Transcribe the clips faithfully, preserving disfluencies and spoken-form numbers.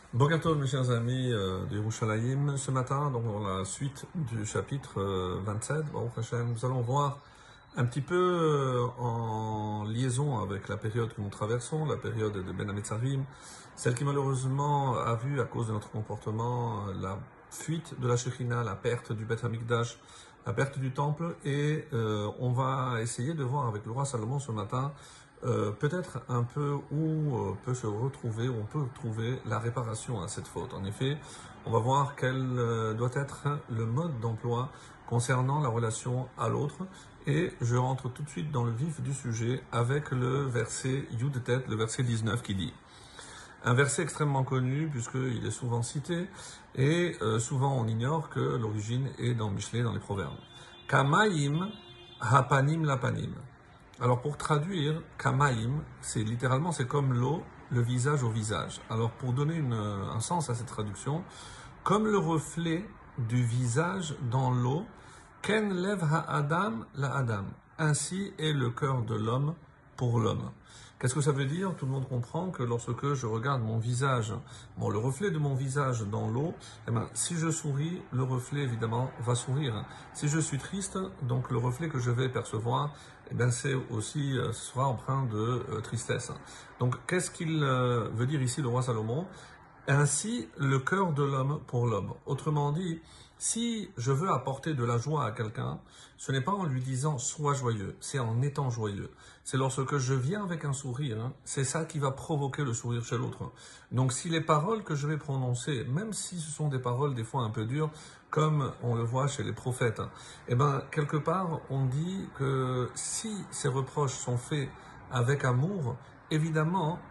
Boker Tov, mes chers amis euh, de Yerushalayim. Ce matin, donc, dans la suite du chapitre euh, vingt-sept, Baruch Hashem, nous allons voir un petit peu euh, en liaison avec la période que nous traversons, la période de Ben Hametzarim, celle qui malheureusement a vu, à cause de notre comportement, la fuite de la Shekhinah, la perte du Beth Hamikdash, la perte du temple, et euh, on va essayer de voir avec le roi Salomon ce matin Euh, peut-être un peu où euh, peut se retrouver, où on peut trouver la réparation à cette faute. En effet, on va voir quel euh, doit être le mode d'emploi concernant la relation à l'autre. Et je rentre tout de suite dans le vif du sujet avec le verset Yud-Tet, le verset dix-neuf qui dit, un verset extrêmement connu puisqu'il est souvent cité et euh, souvent on ignore que l'origine est dans Michelet, dans les Proverbes. Kamaim hapanim lapanim. Alors pour traduire, kamaim, c'est littéralement c'est comme l'eau, le visage au visage. Alors pour donner une, un sens à cette traduction, comme le reflet du visage dans l'eau, ken lev ha-adam la adam. Ainsi est le cœur de l'homme pour l'homme. Qu'est-ce que ça veut dire? Tout le monde comprend que lorsque je regarde mon visage, bon, le reflet de mon visage dans l'eau, eh ben, si je souris, le reflet évidemment va sourire. Si je suis triste, donc le reflet que je vais percevoir, eh ben, c'est aussi, ce sera empreint de euh, tristesse. Donc, qu'est-ce qu'il euh, veut dire ici le roi Salomon? Ainsi, le cœur de l'homme pour l'homme. Autrement dit, si je veux apporter de la joie à quelqu'un, ce n'est pas en lui disant « sois joyeux », c'est en étant joyeux. C'est lorsque je viens avec un sourire, hein, c'est ça qui va provoquer le sourire chez l'autre. Donc si les paroles que je vais prononcer, même si ce sont des paroles des fois un peu dures, comme on le voit chez les prophètes, eh ben, quelque part, on dit que si ces reproches sont faits avec amour, évidemment,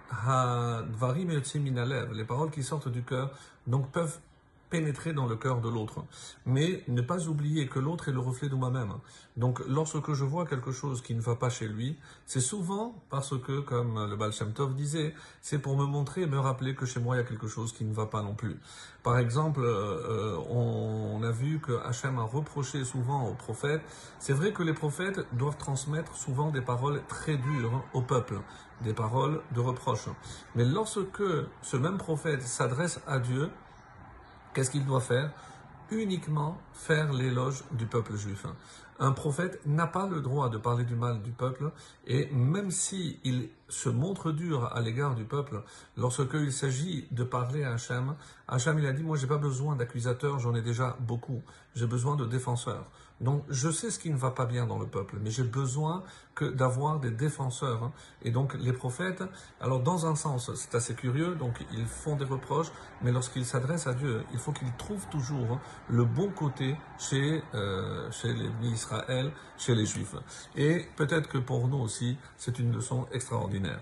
les paroles qui sortent du cœur donc peuvent pénétrer dans le cœur de l'autre. Mais ne pas oublier que l'autre est le reflet de moi-même. Donc lorsque je vois quelque chose qui ne va pas chez lui, c'est souvent parce que, comme le Baal Shem Tov disait, c'est pour me montrer et me rappeler que chez moi il y a quelque chose qui ne va pas non plus. Par exemple, euh, on a vu que Hachem a reproché souvent aux prophètes. C'est vrai que les prophètes doivent transmettre souvent des paroles très dures au peuple, des paroles de reproche. Mais lorsque ce même prophète s'adresse à Dieu, qu'est-ce qu'il doit faire? Uniquement faire l'éloge du peuple juif. Un prophète n'a pas le droit de parler du mal du peuple, et même s'il se montre dur à l'égard du peuple, lorsqu'il s'agit de parler à Hachem, Hachem il a dit, moi j'ai pas besoin d'accusateurs, j'en ai déjà beaucoup, j'ai besoin de défenseurs. Donc je sais ce qui ne va pas bien dans le peuple, mais j'ai besoin que d'avoir des défenseurs. Et donc les prophètes, alors dans un sens c'est assez curieux, donc ils font des reproches, mais lorsqu'ils s'adressent à Dieu, il faut qu'ils trouvent toujours le bon côté chez, euh, chez les Israël, chez les Juifs. Et peut-être que pour nous aussi, c'est une leçon extraordinaire.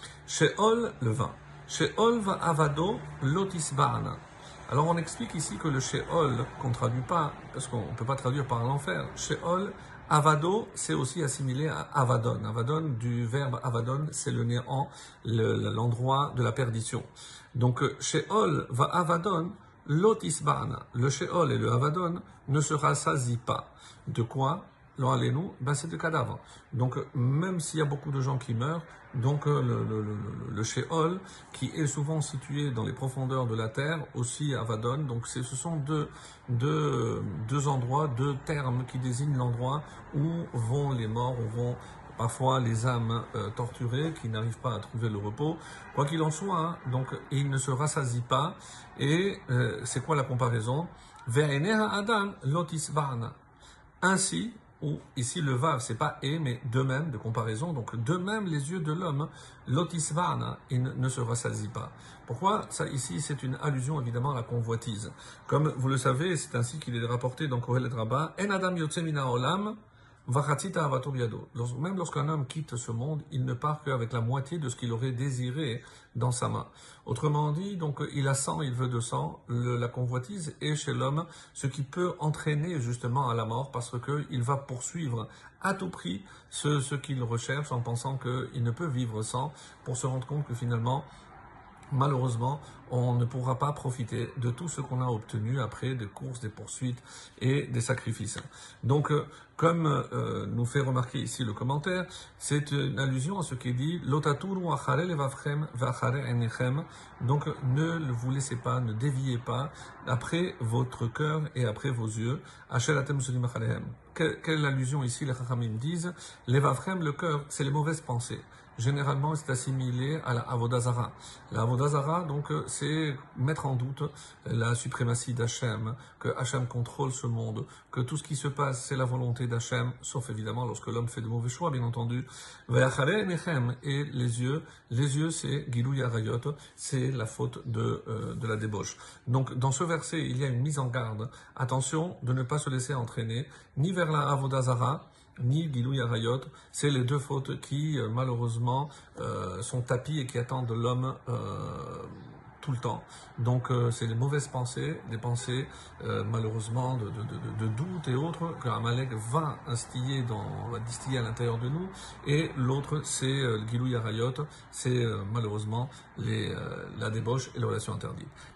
Sheol, le vin. Sheol va avado lotisbarna. Alors on explique ici que le Sheol, qu'on ne traduit pas, parce qu'on ne peut pas traduire par l'enfer, Sheol, avado, c'est aussi assimilé à avadon. Avadon, du verbe avadon, c'est le néant, l'endroit de la perdition. Donc Sheol va avadon, lotisbarna. Le Sheol et le avadon ne se rassasient pas. De quoi? L'Oalenu, ben c'est de cadavres. Donc, même s'il y a beaucoup de gens qui meurent, donc le, le, le, le Sheol, qui est souvent situé dans les profondeurs de la terre, aussi Avadon, donc ce sont deux, deux, deux endroits, deux termes qui désignent l'endroit où vont les morts, où vont parfois les âmes euh, torturées qui n'arrivent pas à trouver le repos. Quoi qu'il en soit, hein, donc ils ne se rassasient pas. Et euh, c'est quoi la comparaison? Ve'eneha adam lotisbarna. Ainsi, ou ici le vav, c'est pas et, mais de même, de comparaison, donc de même les yeux de l'homme, lotisvarna, il ne se rassasie pas. Pourquoi? Ça ici, c'est une allusion évidemment à la convoitise. Comme vous le savez, c'est ainsi qu'il est rapporté dans Kohelet Rabbah, en adam yotze mina olam, vachatita avato biado. Même lorsqu'un homme quitte ce monde, il ne part qu'avec la moitié de ce qu'il aurait désiré dans sa main. Autrement dit, donc il a sang, il veut de sang. Le, la convoitise est chez l'homme ce qui peut entraîner justement à la mort, parce que il va poursuivre à tout prix ce, ce qu'il recherche en pensant qu'il ne peut vivre sans, pour se rendre compte que finalement malheureusement, on ne pourra pas profiter de tout ce qu'on a obtenu après des courses, des poursuites et des sacrifices. Donc, euh, comme euh, nous fait remarquer ici le commentaire, c'est une allusion à ce qui dit « Lotaturu achare levavchem v'achare einechem » donc ne vous laissez pas, ne déviez pas après votre cœur et après vos yeux. Asher atem sudim achalehem. Quelle allusion ici les Chachamim disent « Levavchem » le cœur, c'est les mauvaises pensées. Généralement, c'est assimilé à la Avodazara. La Avodazara, donc, c'est mettre en doute la suprématie d'Hachem, que Hachem contrôle ce monde, que tout ce qui se passe, c'est la volonté d'Hachem, sauf évidemment lorsque l'homme fait de mauvais choix, bien entendu. Et les yeux, les yeux, c'est Gilou Yarayot, c'est la faute de, euh, de la débauche. Donc, dans ce verset, il y a une mise en garde. Attention de ne pas se laisser entraîner, ni vers la Avodazara, ni Gilou Yarayot, c'est les deux fautes qui, euh, malheureusement, euh, sont tapis et qui attendent de l'homme euh, tout le temps. Donc, euh, c'est les mauvaises pensées, des pensées, euh, malheureusement, de, de, de, de doute et autres, que Amalek va instiller, dans, va distiller à l'intérieur de nous. Et l'autre, c'est euh, le Gilou Yarayot, c'est euh, malheureusement les, euh, la débauche et les relations interdites.